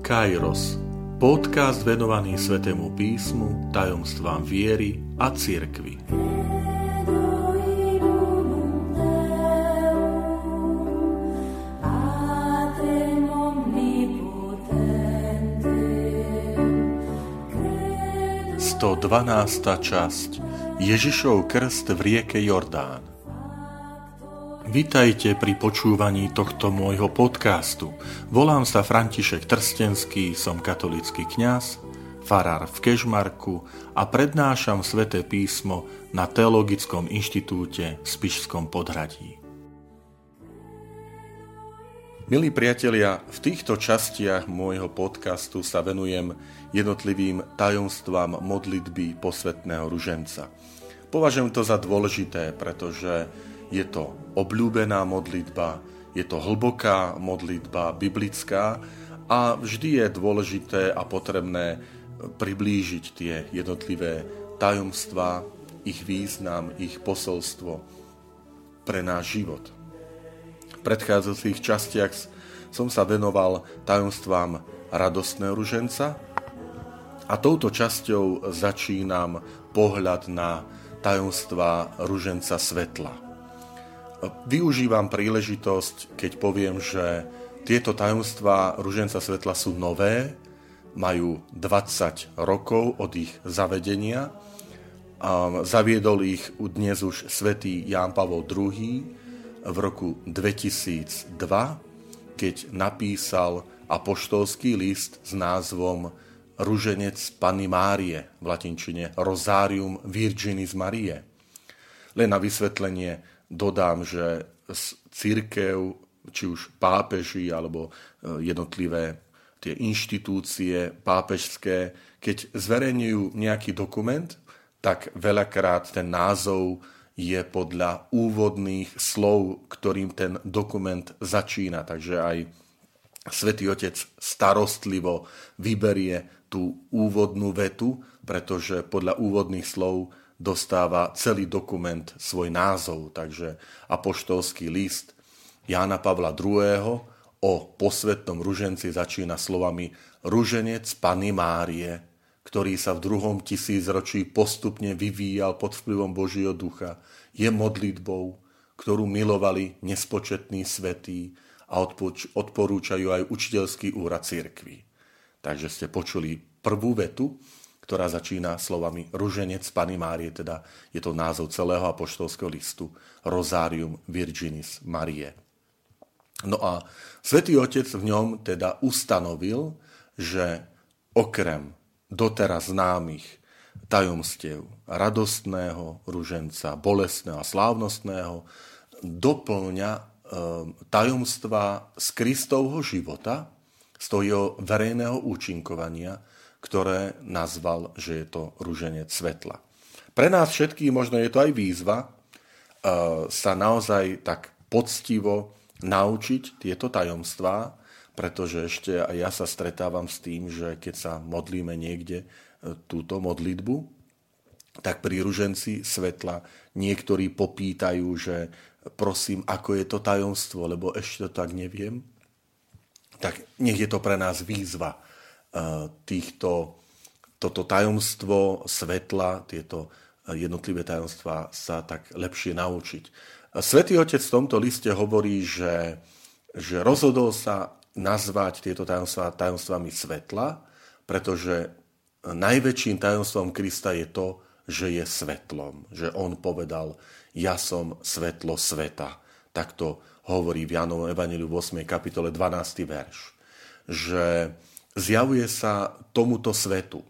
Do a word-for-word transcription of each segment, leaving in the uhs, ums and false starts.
Kairos, podcast venovaný Svätému písmu, tajomstvám viery a cirkvi. stodvanásta časť. Ježišov krst v rieke Jordán. Vitajte pri počúvaní tohto môjho podcastu. Volám sa František Trstenský, som katolícky kňaz, farár v Kežmarku a prednášam Sväté písmo na Teologickom inštitúte v Spišskom Podhradí. Milí priatelia, v týchto častiach môjho podcastu sa venujem jednotlivým tajomstvám modlitby posvätného ruženca. Považujem to za dôležité, pretože je to obľúbená modlitba, je to hlboká modlitba, biblická a vždy je dôležité a potrebné priblížiť tie jednotlivé tajomstvá, ich význam, ich posolstvo pre náš život. V predchádzajúcich častiach som sa venoval tajomstvám radostného ruženca a touto časťou začínam pohľad na tajomstvá ruženca svetla. Využívam príležitosť, keď poviem, že tieto tajomstvá ruženca svetla sú nové, majú dvadsať rokov od ich zavedenia. Zaviedol ich dnes už svätý Ján Pavol druhý v roku dvetisícdva, keď napísal apoštolský list s názvom Ruženec Panny Márie, v latinčine Rosarium Virginis Mariae. Len na vysvetlenie dodám, že cirkev, či už pápeži alebo jednotlivé tie inštitúcie pápežské, keď zverejňujú nejaký dokument, tak veľakrát ten názov je podľa úvodných slov, ktorým ten dokument začína. Takže aj Svätý Otec starostlivo vyberie tú úvodnú vetu, pretože podľa úvodných slov dostáva celý dokument svoj názov. Takže apoštolský list Jána Pavla druhého. o posvätnom ruženci začína slovami Ruženec Panny Márie, ktorý sa v druhom tisícročí postupne vyvíjal pod vplyvom Božieho ducha, je modlitbou, ktorú milovali nespočetní svätí a odpoč- odporúčajú aj učiteľský úrad cirkvi. Takže ste počuli prvú vetu, ktorá začína slovami Ruženec Panny Márie, teda je to názov celého apoštolského listu Rosarium Virginis Mariae. No a Svätý Otec v ňom teda ustanovil, že okrem doteraz známych tajomstiev radostného ruženca, bolestného a slávnostného, doplňa e, tajomstva z Kristovho života, z toho jeho verejného účinkovania, ktoré nazval, že je to ruženec svetla. Pre nás všetkých možno je to aj výzva e, sa naozaj tak poctivo naučiť tieto tajomstvá, pretože ešte aj ja sa stretávam s tým, že keď sa modlíme niekde e, túto modlitbu, tak pri ruženci svetla niektorí popýtajú, že prosím, ako je to tajomstvo, lebo ešte to tak neviem. Tak nech je to pre nás výzva týchto, toto tajomstvo svetla, tieto jednotlivé tajomstvá sa tak lepšie naučiť. Svätý Otec v tomto liste hovorí, že, že rozhodol sa nazvať tieto tajomstvá tajomstvami svetla, pretože najväčším tajomstvom Krista je to, že je svetlom, že on povedal, ja som svetlo sveta. Takto hovorí v Jánovom evanjeliu v ôsmej kapitole dvanásty verš, že zjavuje sa tomuto svetu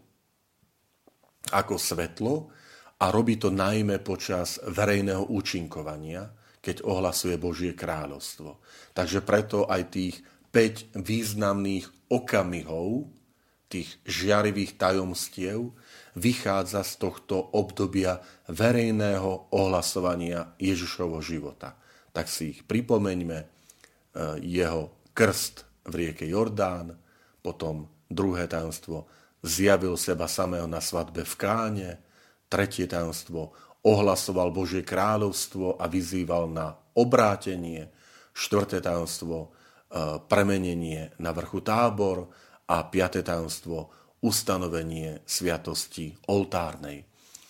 ako svetlo a robí to najmä počas verejného účinkovania, keď ohlasuje Božie kráľovstvo. Takže preto aj tých päť významných okamihov, tých žiarivých tajomstiev, vychádza z tohto obdobia verejného ohlasovania Ježišovho života. Tak si ich pripomeňme, jeho krst v rieke Jordán, potom druhé tajomstvo, zjavil seba samého na svadbe v Káne, tretie tajomstvo, ohlasoval Božie kráľovstvo a vyzýval na obrátenie, štvrté tajomstvo, premenenie na vrchu Tábor a piate tajomstvo ustanovenie sviatosti oltárnej.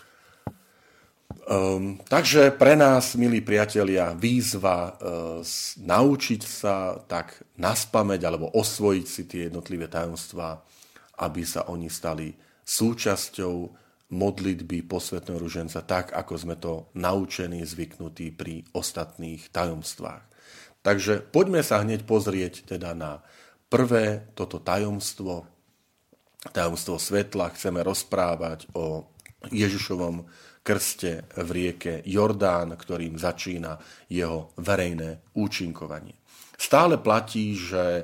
Um, takže pre nás, milí priatelia, výzva uh, naučiť sa tak naspamäť alebo osvojiť si tie jednotlivé tajomstvá, aby sa oni stali súčasťou modlitby posvätného ruženca, tak ako sme to naučení, zvyknutí pri ostatných tajomstvách. Takže poďme sa hneď pozrieť teda na prvé toto tajomstvo, tajomstvo svetla. Chceme rozprávať o Ježišovom krste v rieke Jordán, ktorým začína jeho verejné účinkovanie. Stále platí, že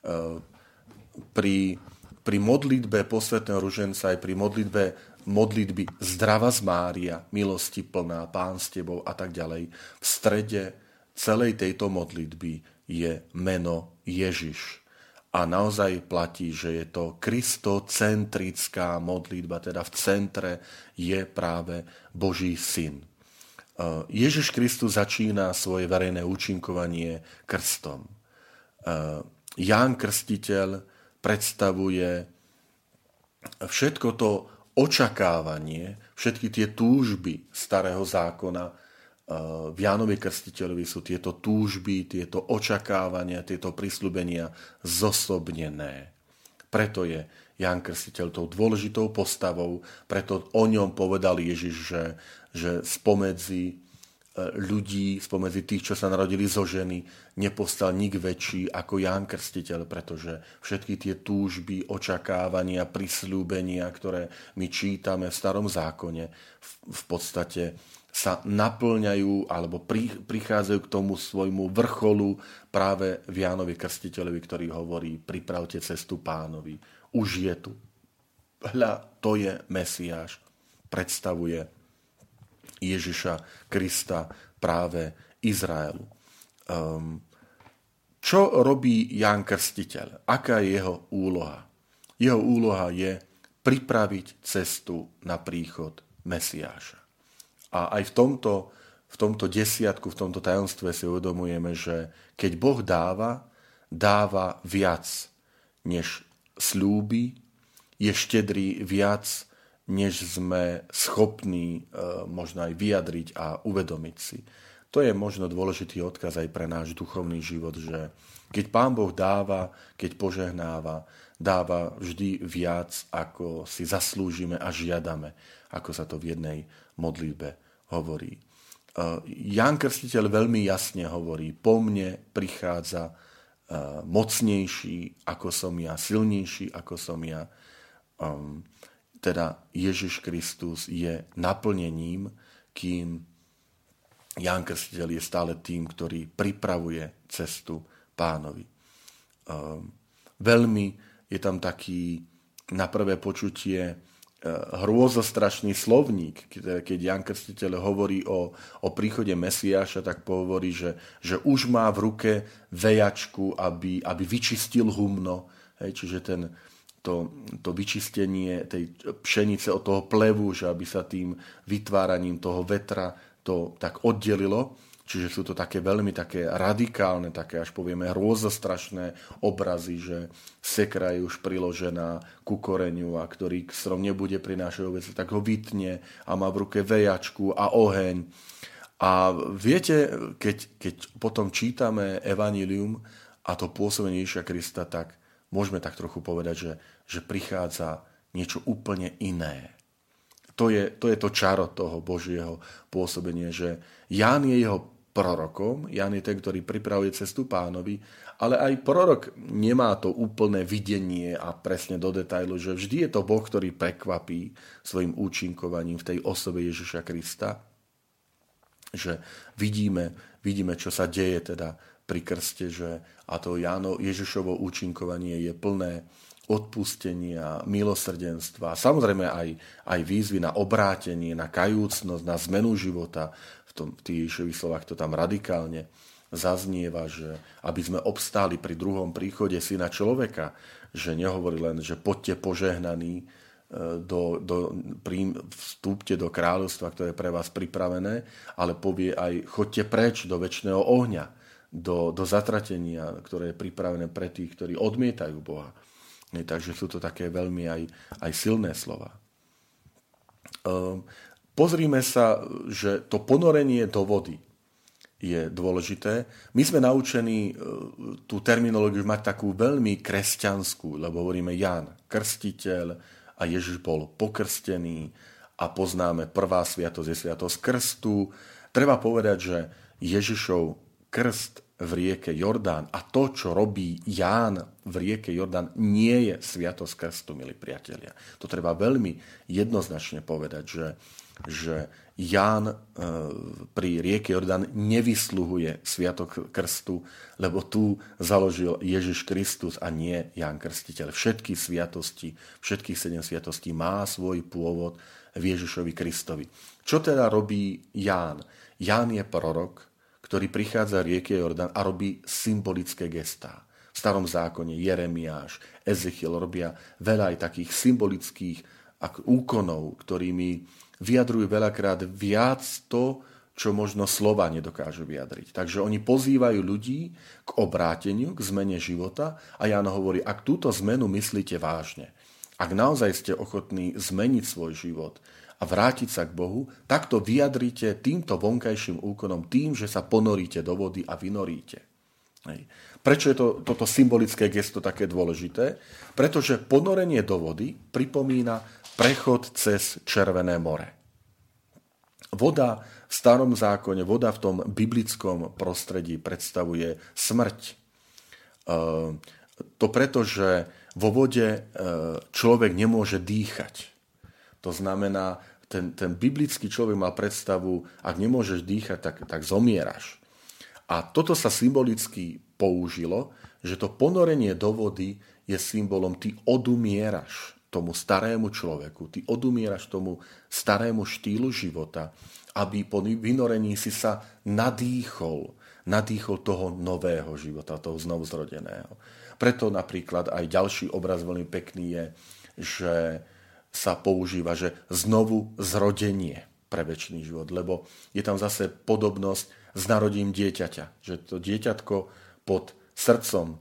pri, pri modlitbe posvätného ruženca aj pri modlitbe modlitby Zdrava z Mária, milosti plná, Pán s tebou a tak ďalej, v strede celej tejto modlitby je meno Ježiš. A naozaj platí, že je to kristocentrická modlitba, teda v centre je práve Boží syn. Ježiš Kristus začína svoje verejné účinkovanie krstom. Ján Krstiteľ predstavuje všetko to očakávanie, všetky tie túžby starého zákona. V Jánovi Krstiteľovi sú tieto túžby, tieto očakávania, tieto prisľúbenia zosobnené. Preto je Ján Krstiteľ tou dôležitou postavou, preto o ňom povedal Ježiš, že, že spomedzi ľudí, spomedzi tých, čo sa narodili zo ženy, nepostal nik väčší ako Ján Krstiteľ, pretože všetky tie túžby, očakávania, prisľúbenia, ktoré my čítame v Starom zákone, v, v podstate sa naplňajú alebo prichádzajú k tomu svojmu vrcholu práve v Jánovi Krstiteľovi, ktorý hovorí: pripravte cestu Pánovi, už je tu. Hľa, to je Mesiáš, predstavuje Ježiša Krista práve Izraelu. Um, čo robí Ján Krstiteľ? Aká je jeho úloha? Jeho úloha je pripraviť cestu na príchod Mesiáša. A aj v tomto, v tomto desiatku, v tomto tajomstve si uvedomujeme, že keď Boh dáva, dáva viac, než sľúbi, je štedrý viac, než sme schopní e, možno aj vyjadriť a uvedomiť si. To je možno dôležitý odkaz aj pre náš duchovný život, že keď Pán Boh dáva, keď požehnáva, dáva vždy viac, ako si zaslúžime a žiadame, ako sa to v jednej modlitbe hovorí. Ján Krstiteľ veľmi jasne hovorí: po mne prichádza mocnejší ako som ja, silnejší ako som ja. Teda Ježiš Kristus je naplnením, kým Ján Krstiteľ je stále tým, ktorý pripravuje cestu Pánovi. Veľmi je tam taký na prvé počutie hrôzostrašný slovník, keď Ján Krstiteľ hovorí o, o príchode Mesiáša, tak pohovorí, že, že už má v ruke vejačku, aby, aby vyčistil humno. Hej, čiže ten, to, to vyčistenie tej pšenice od toho plevu, že aby sa tým vytváraním toho vetra to tak oddelilo. Čiže sú to také veľmi také radikálne, také až povieme hrôzostrašné obrazy, že sekra je už priložená ku koreňu a ktorý strom nebude prinášať ovocie, tak ho vytne a má v ruke vejačku a oheň. A viete, keď, keď potom čítame Evanjelium a to pôsobenie Ježiša Krista, tak môžeme tak trochu povedať, že, že prichádza niečo úplne iné. To je, to je to čaro toho Božieho pôsobenia, že Ján je jeho prorokom, Ján je ten, ktorý pripravuje cestu Pánovi, ale aj prorok nemá to úplné videnie a presne do detailu, že vždy je to Boh, ktorý prekvapí svojim účinkovaním v tej osobe Ježiša Krista, že vidíme, vidíme, čo sa deje teda pri krste, že a to Jáno, Ježišovo účinkovanie je plné odpustenia, milosrdenstva, samozrejme aj, aj výzvy na obrátenie, na kajúcnosť, na zmenu života. V, tom, v tých Ježišových slovách to tam radikálne zaznieva, že aby sme obstáli pri druhom príchode Syna človeka, že nehovorí len, že poďte požehnaní, do, do, vstúpte do kráľovstva, ktoré je pre vás pripravené, ale povie aj choďte preč do večného ohňa, do, do zatratenia, ktoré je pripravené pre tých, ktorí odmietajú Boha. Takže sú to také veľmi aj, aj silné slova. Pozrime sa, že to ponorenie do vody je dôležité. My sme naučení tú terminológiu mať takú veľmi kresťanskú, lebo hovoríme Ján Krstiteľ a Ježiš bol pokrstený a poznáme prvá sviatosť je sviatosť krstu. Treba povedať, že Ježišov krst v rieke Jordán a to, čo robí Ján v rieke Jordán, nie je sviatosť krstu, milí priatelia. To treba veľmi jednoznačne povedať, že, že Ján e, pri rieke Jordán nevysluhuje sviatok krstu, lebo tu založil Ježiš Kristus a nie Ján Krstiteľ. Všetky sviatosti, všetkých sedem sviatostí má svoj pôvod v Ježišovi Kristovi. Čo teda robí Ján? Ján je prorok, ktorý prichádza rieke Jordán a robí symbolické gestá. V starom zákone Jeremiáš, Ezechiel robia veľa aj takých symbolických úkonov, ktorými vyjadrujú veľakrát viac to, čo možno slova nedokážu vyjadriť. Takže oni pozývajú ľudí k obráteniu, k zmene života a Ján hovorí, ak túto zmenu myslíte vážne, ak naozaj ste ochotní zmeniť svoj život a vrátiť sa k Bohu, tak to vyjadrite týmto vonkajším úkonom, tým, že sa ponoríte do vody a vynoríte. Hej. Prečo je to, toto symbolické gesto také dôležité? Pretože ponorenie do vody pripomína prechod cez Červené more. Voda v starom zákone, voda v tom biblickom prostredí predstavuje smrť. E, to preto, že vo vode človek nemôže dýchať. To znamená, ten, ten biblický človek mal predstavu, ak nemôžeš dýchať, tak, tak zomieraš. A toto sa symbolicky použilo, že to ponorenie do vody je symbolom, ty odumieraš tomu starému človeku, ty odumieraš tomu starému štýlu života, aby po vynorení si sa nadýchol, nadýchol toho nového života, toho znovuzrodeného. Preto napríklad aj ďalší obraz veľmi pekný je, že sa používa, že znovu zrodenie pre večný život, lebo je tam zase podobnosť s narodením dieťaťa, že to dieťatko pod srdcom,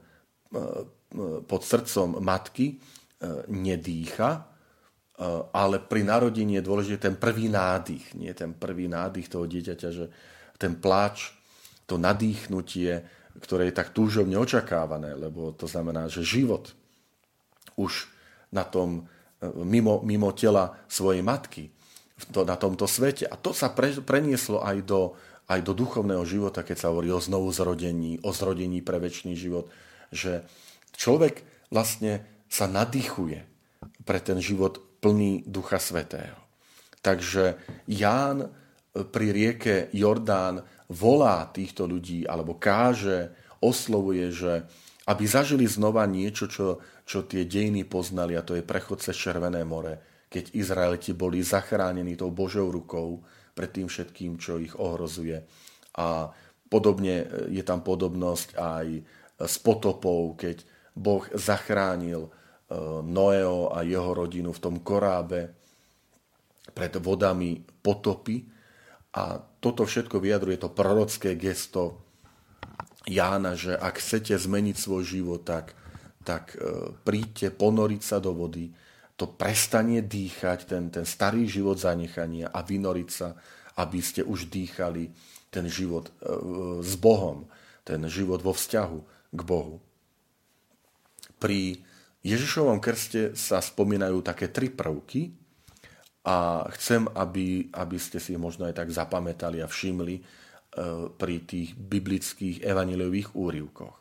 pod srdcom matky nedýcha, ale pri narodení je dôležitý ten prvý nádych, nie ten prvý nádych toho dieťaťa, že ten pláč, to nadýchnutie, ktoré je tak túžobne očakávané, lebo to znamená, že život už na tom Mimo, mimo tela svojej matky to, na tomto svete. A to sa pre, prenieslo aj do, aj do duchovného života, keď sa hovorí o znovu zrodení, o zrodení pre večný život, že človek vlastne sa nadýchuje pre ten život plný Ducha Svätého. Takže Ján pri rieke Jordán volá týchto ľudí, alebo káže, oslovuje, že aby zažili znova niečo, čo, čo tie dejiny poznali, a to je prechod cez Červené more, keď Izraeliti boli zachránení tou Božou rukou pred tým všetkým, čo ich ohrozuje. A podobne je tam podobnosť aj s potopou, keď Boh zachránil Noého a jeho rodinu v tom korábe pred vodami potopy. A toto všetko vyjadruje to prorocké gesto Jána, že ak chcete zmeniť svoj život, tak, tak príďte ponoriť sa do vody, to prestane dýchať, ten, ten starý život zanechania a vynoriť sa, aby ste už dýchali ten život s Bohom, ten život vo vzťahu k Bohu. Pri Ježišovom krste sa spomínajú také tri prvky a chcem, aby, aby ste si možno aj tak zapamätali a všimli pri tých biblických evanjeliových úryvkoch.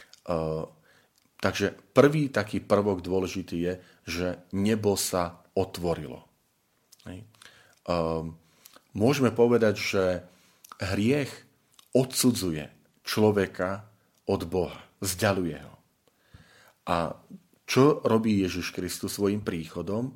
Takže prvý taký prvok dôležitý je, že nebo sa otvorilo. Môžeme povedať, že hriech odsudzuje človeka od Boha, vzdialuje ho. A čo robí Ježiš Kristus svojim príchodom?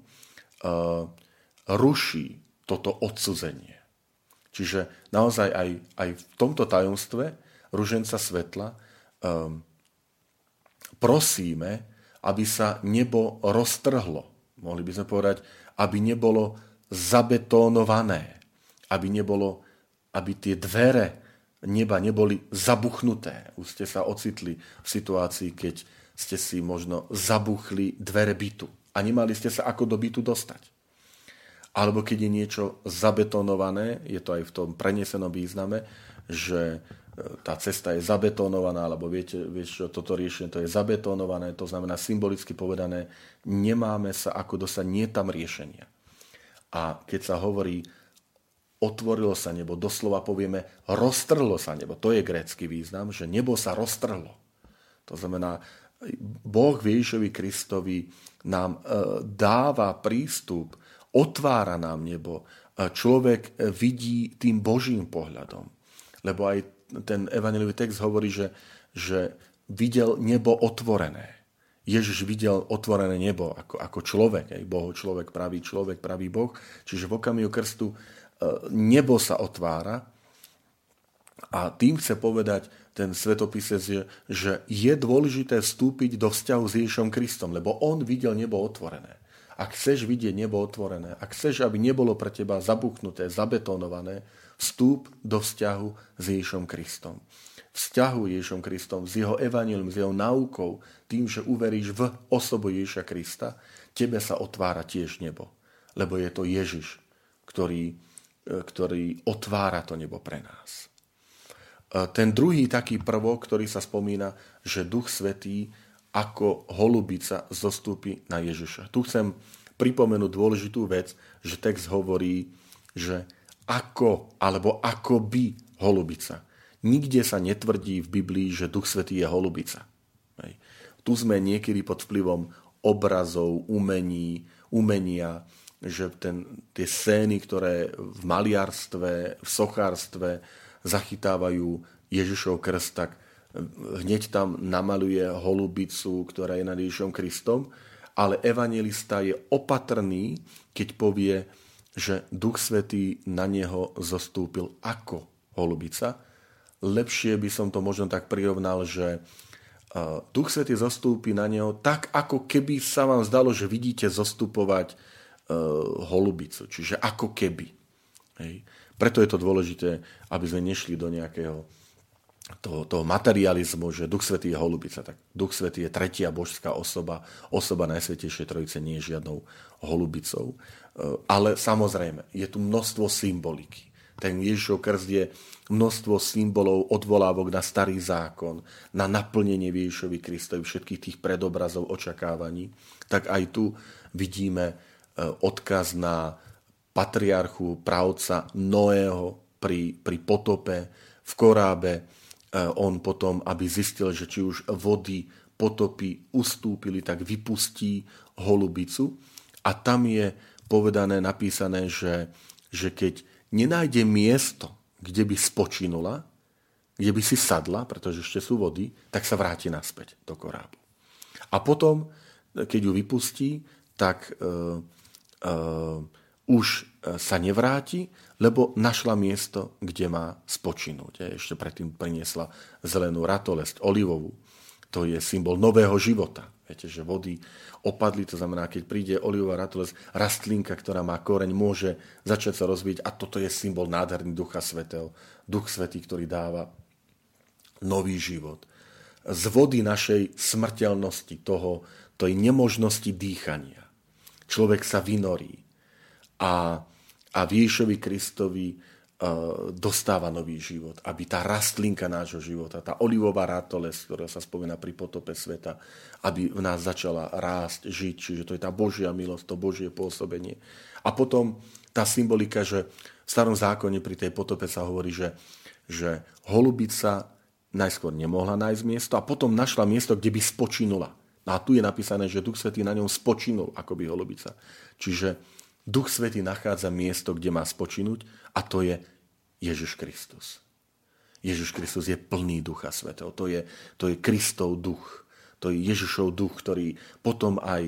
Ruší toto odsudzenie. Čiže naozaj aj, aj v tomto tajomstve ruženca svetla um, prosíme, aby sa nebo roztrhlo. Mohli by sme povedať, aby nebolo zabetónované, aby nebolo, aby tie dvere neba neboli zabuchnuté. Už ste sa ocitli v situácii, keď ste si možno zabuchli dvere bytu a nemali ste sa ako do bytu dostať. Alebo keď je niečo zabetonované, je to aj v tom prenesenom význame, že tá cesta je zabetonovaná, alebo viete, vieš čo, toto riešenie, to je zabetonované, to znamená symbolicky povedané, nemáme sa ako dostať, nie tam riešenia. A keď sa hovorí, otvorilo sa nebo, doslova povieme, roztrhlo sa nebo, to je grécky význam, že nebo sa roztrhlo. To znamená, Boh Ježišovi Kristovi nám dáva prístup, otvára nám nebo. Človek vidí tým Božím pohľadom. Lebo aj ten evanjeliový text hovorí, že, že videl nebo otvorené. Ježiš videl otvorené nebo ako, ako človek. Aj Boh človek, pravý človek, pravý Boh. Čiže v okamihu krstu nebo sa otvára. A tým chce povedať ten svetopisec, že, že je dôležité vstúpiť do vzťahu s Ježišom Kristom, lebo on videl nebo otvorené. Ak chceš vidieť nebo otvorené, ak chceš, aby nebolo pre teba zabuchnuté, zabetonované, vstúp do vzťahu s Ježišom Kristom. Vzťahu Ježišom Kristom, s jeho evanjeliom, s jeho náukou, tým, že uveríš v osobu Ježiša Krista, tebe sa otvára tiež nebo. Lebo je to Ježiš, ktorý, ktorý otvára to nebo pre nás. Ten druhý taký prvok, ktorý sa spomína, že Duch Svätý ako holubica zostúpi na Ježiša. Tu chcem pripomenúť dôležitú vec, že text hovorí, že ako, alebo ako by holubica. Nikde sa netvrdí v Biblii, že Duch Svätý je holubica. Hej. Tu sme niekedy pod vplyvom obrazov, umení, umenia, že ten, tie scény, ktoré v maliarstve, v sochárstve zachytávajú Ježišov krst, tak hneď tam namaluje holubicu, ktorá je nad Ježišom Kristom, ale evanjelista je opatrný, keď povie, že Duch Svätý na neho zostúpil ako holubica. Lepšie by som to možno tak prirovnal, že Duch Svätý zostúpi na neho tak, ako keby sa vám zdalo, že vidíte zostupovať holubicu. Čiže ako keby. Hej. Preto je to dôležité, aby sme nešli do nejakého toho, toho materializmu, že Duch Svätý je holubica. Tak Duch Svätý je tretia božská osoba, osoba Najsvätejšej Trojice, nie je žiadnou holubicou. Ale samozrejme, je tu množstvo symboliky. Ten Ježišov krst je množstvo symbolov, odvolávok na starý zákon, na naplnenie Ježišovi Kristovi, všetkých tých predobrazov, očakávaní. Tak aj tu vidíme odkaz na patriarchu, pravca Noého pri, pri potope v korábe. On potom, aby zistil, že či už vody potopy ustúpili, tak vypustí holubicu. A tam je povedané, napísané, že, že keď nenájde miesto, kde by spočinula, kde by si sadla, pretože ešte sú vody, tak sa vráti naspäť do korábu. A potom, keď ju vypustí, tak uh, uh, už sa nevráti, lebo našla miesto, kde má spočinúť. Ešte predtým priniesla zelenú ratolesť, olivovú. To je symbol nového života. Viete, že vody opadli, to znamená, keď príde olivová ratolesť, rastlinka, ktorá má koreň, môže začať sa rozvíjať. A toto je symbol nádherný Ducha Svätého. Duch Svätý, ktorý dáva nový život. Z vody našej smrteľnosti, toho, tej nemožnosti dýchania. Človek sa vynorí. A, a v Ježišovi Kristovi uh, dostáva nový život. Aby tá rastlinka nášho života, tá olivová ratolesť, ktorá sa spomína pri potope sveta, aby v nás začala rásť, žiť. Čiže to je tá Božia milosť, to Božie pôsobenie. A potom tá symbolika, že v starom zákone pri tej potope sa hovorí, že, že holubica najskôr nemohla nájsť miesto a potom našla miesto, kde by spočinula. A tu je napísané, že Duch Svätý na ňom spočinul, ako by holubica. Čiže Duch Svätý nachádza miesto, kde má spočinúť, a to je Ježiš Kristus. Ježiš Kristus je plný Ducha Svätého. To je, to je Kristov duch. To je Ježišov duch, ktorý potom aj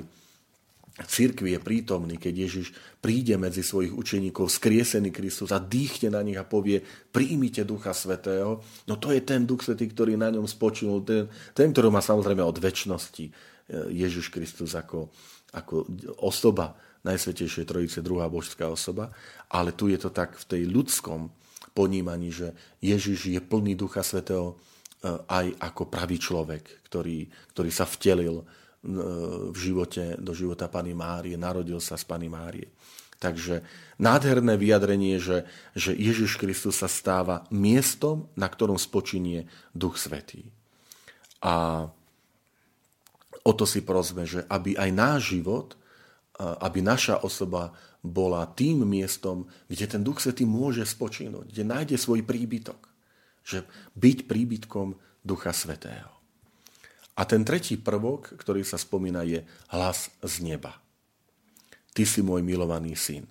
v cirkvi je prítomný, keď Ježiš príde medzi svojich učeníkov, skriesený Kristus, a dýchne na nich a povie, príjmite Ducha Svätého. No to je ten Duch Svätý, ktorý na ňom spočinul. Ten, ten ktorý má samozrejme od večnosti Ježiš Kristus ako, ako osoba Najsvätejšej Trojice, druhá božská osoba, ale tu je to tak v tej ľudskom ponímaní, že Ježiš je plný Ducha Svätého aj ako pravý človek, ktorý, ktorý sa vtelil v živote, do života Panny Márie, narodil sa z Panny Márie. Takže nádherné vyjadrenie, že, že Ježiš Kristus sa stáva miestom, na ktorom spočinie Duch Svätý. A o to si prosme, že aby aj náš život, aby naša osoba bola tým miestom, kde ten Duch Svätý môže spočinúť, kde nájde svoj príbytok. Že byť príbytkom Ducha Svätého. A ten tretí prvok, ktorý sa spomína, je hlas z neba. Ty si môj milovaný syn.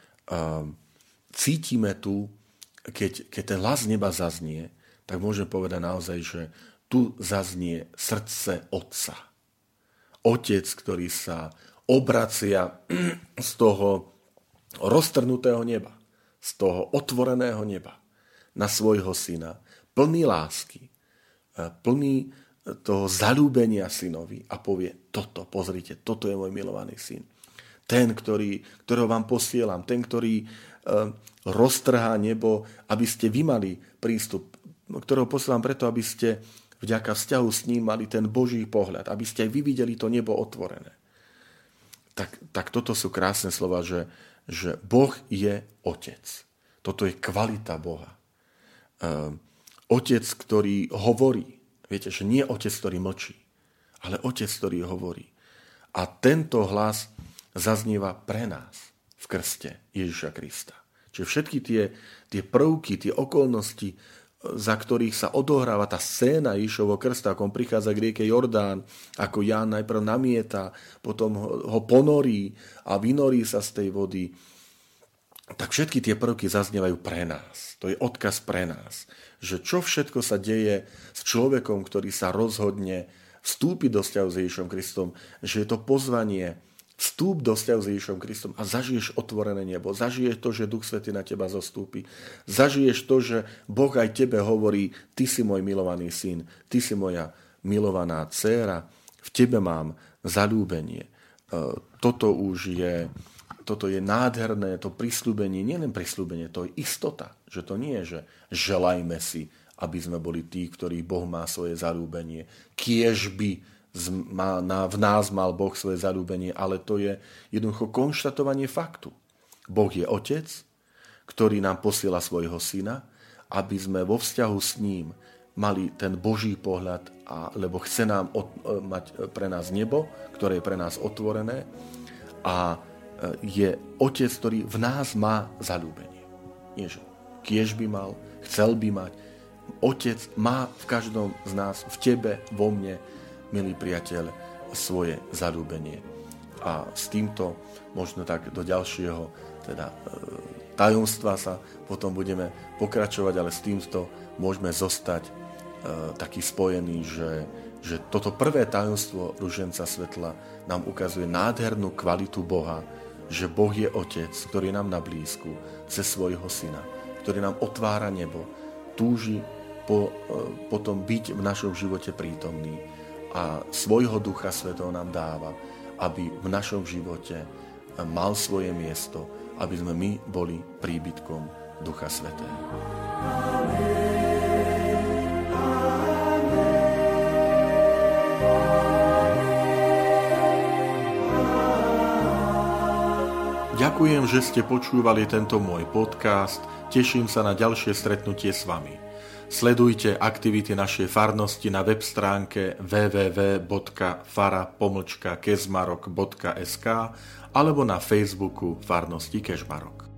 Cítime tu, keď, keď ten hlas z neba zaznie, tak môžem povedať naozaj, že tu zaznie srdce Otca. Otec, ktorý sa obracia z toho roztrhnutého neba, z toho otvoreného neba na svojho syna, plný lásky, plný toho zaľúbenia synovi a povie, toto, pozrite, toto je môj milovaný syn. Ten, ktorý, ktorého vám posielam, ten, ktorý e, roztrhá nebo, aby ste vy mali prístup, ktorého posielam preto, aby ste vďaka vzťahu s ním mali ten Boží pohľad, aby ste aj vy videli to nebo otvorené. Tak, tak toto sú krásne slova, že, že Boh je Otec. Toto je kvalita Boha. E, otec, ktorý hovorí. Viete, že nie otec, ktorý mlčí, ale otec, ktorý hovorí. A tento hlas zaznieva pre nás v krste Ježiša Krista. Čiže všetky tie, tie prvky, tie okolnosti, za ktorých sa odohráva tá scéna Ježišovho krsta, ako on prichádza k rieke Jordán, ako Ján najprv namieta, potom ho, ho ponorí a vynorí sa z tej vody, tak všetky tie prvky zaznievajú pre nás. To je odkaz pre nás. Že čo všetko sa deje s človekom, ktorý sa rozhodne vstúpiť do vzťahu s Ježišom Kristom, že je to pozvanie, vstúp do vzťahu s Ježišom Kristom a zažiješ otvorené nebo. Zažiješ to, že Duch Svätý na teba zostúpi. Zažiješ to, že Boh aj tebe hovorí, ty si môj milovaný syn, ty si moja milovaná dcéra, v tebe mám zaľúbenie. Toto už je... Toto je nádherné, to prisľúbenie, nie len prisľúbenie, to je istota. Že to nie je, že želajme si, aby sme boli tí, ktorí Boh má svoje zaľúbenie. Kiež by v nás mal Boh svoje zaľúbenie, ale to je jednoducho konštatovanie faktu. Boh je Otec, ktorý nám posiela svojho syna, aby sme vo vzťahu s ním mali ten Boží pohľad, a, lebo chce nám od, mať pre nás nebo, ktoré je pre nás otvorené, a je Otec, ktorý v nás má zaľúbenie. Nie, že kiež by mal, chcel by mať. Otec má v každom z nás, v tebe, vo mne, milý priateľ, svoje zaľúbenie. A s týmto možno tak do ďalšieho teda, tajomstva sa potom budeme pokračovať, ale s týmto môžeme zostať e, taký spojení, že, že toto prvé tajomstvo ruženca svetla nám ukazuje nádhernú kvalitu Boha, že Boh je Otec, ktorý nám na blízku cez svojho syna, ktorý nám otvára nebo, túži po, potom byť v našom živote prítomný a svojho Ducha Svätého nám dáva, aby v našom živote mal svoje miesto, aby sme my boli príbytkom Ducha Svätého. Ďakujem, že ste počúvali tento môj podcast. Teším sa na ďalšie stretnutie s vami. Sledujte aktivity našej farnosti na web stránke w w w bodka fara pomlčka kežmarok bodka es ká alebo na Facebooku farnosti Kežmarok.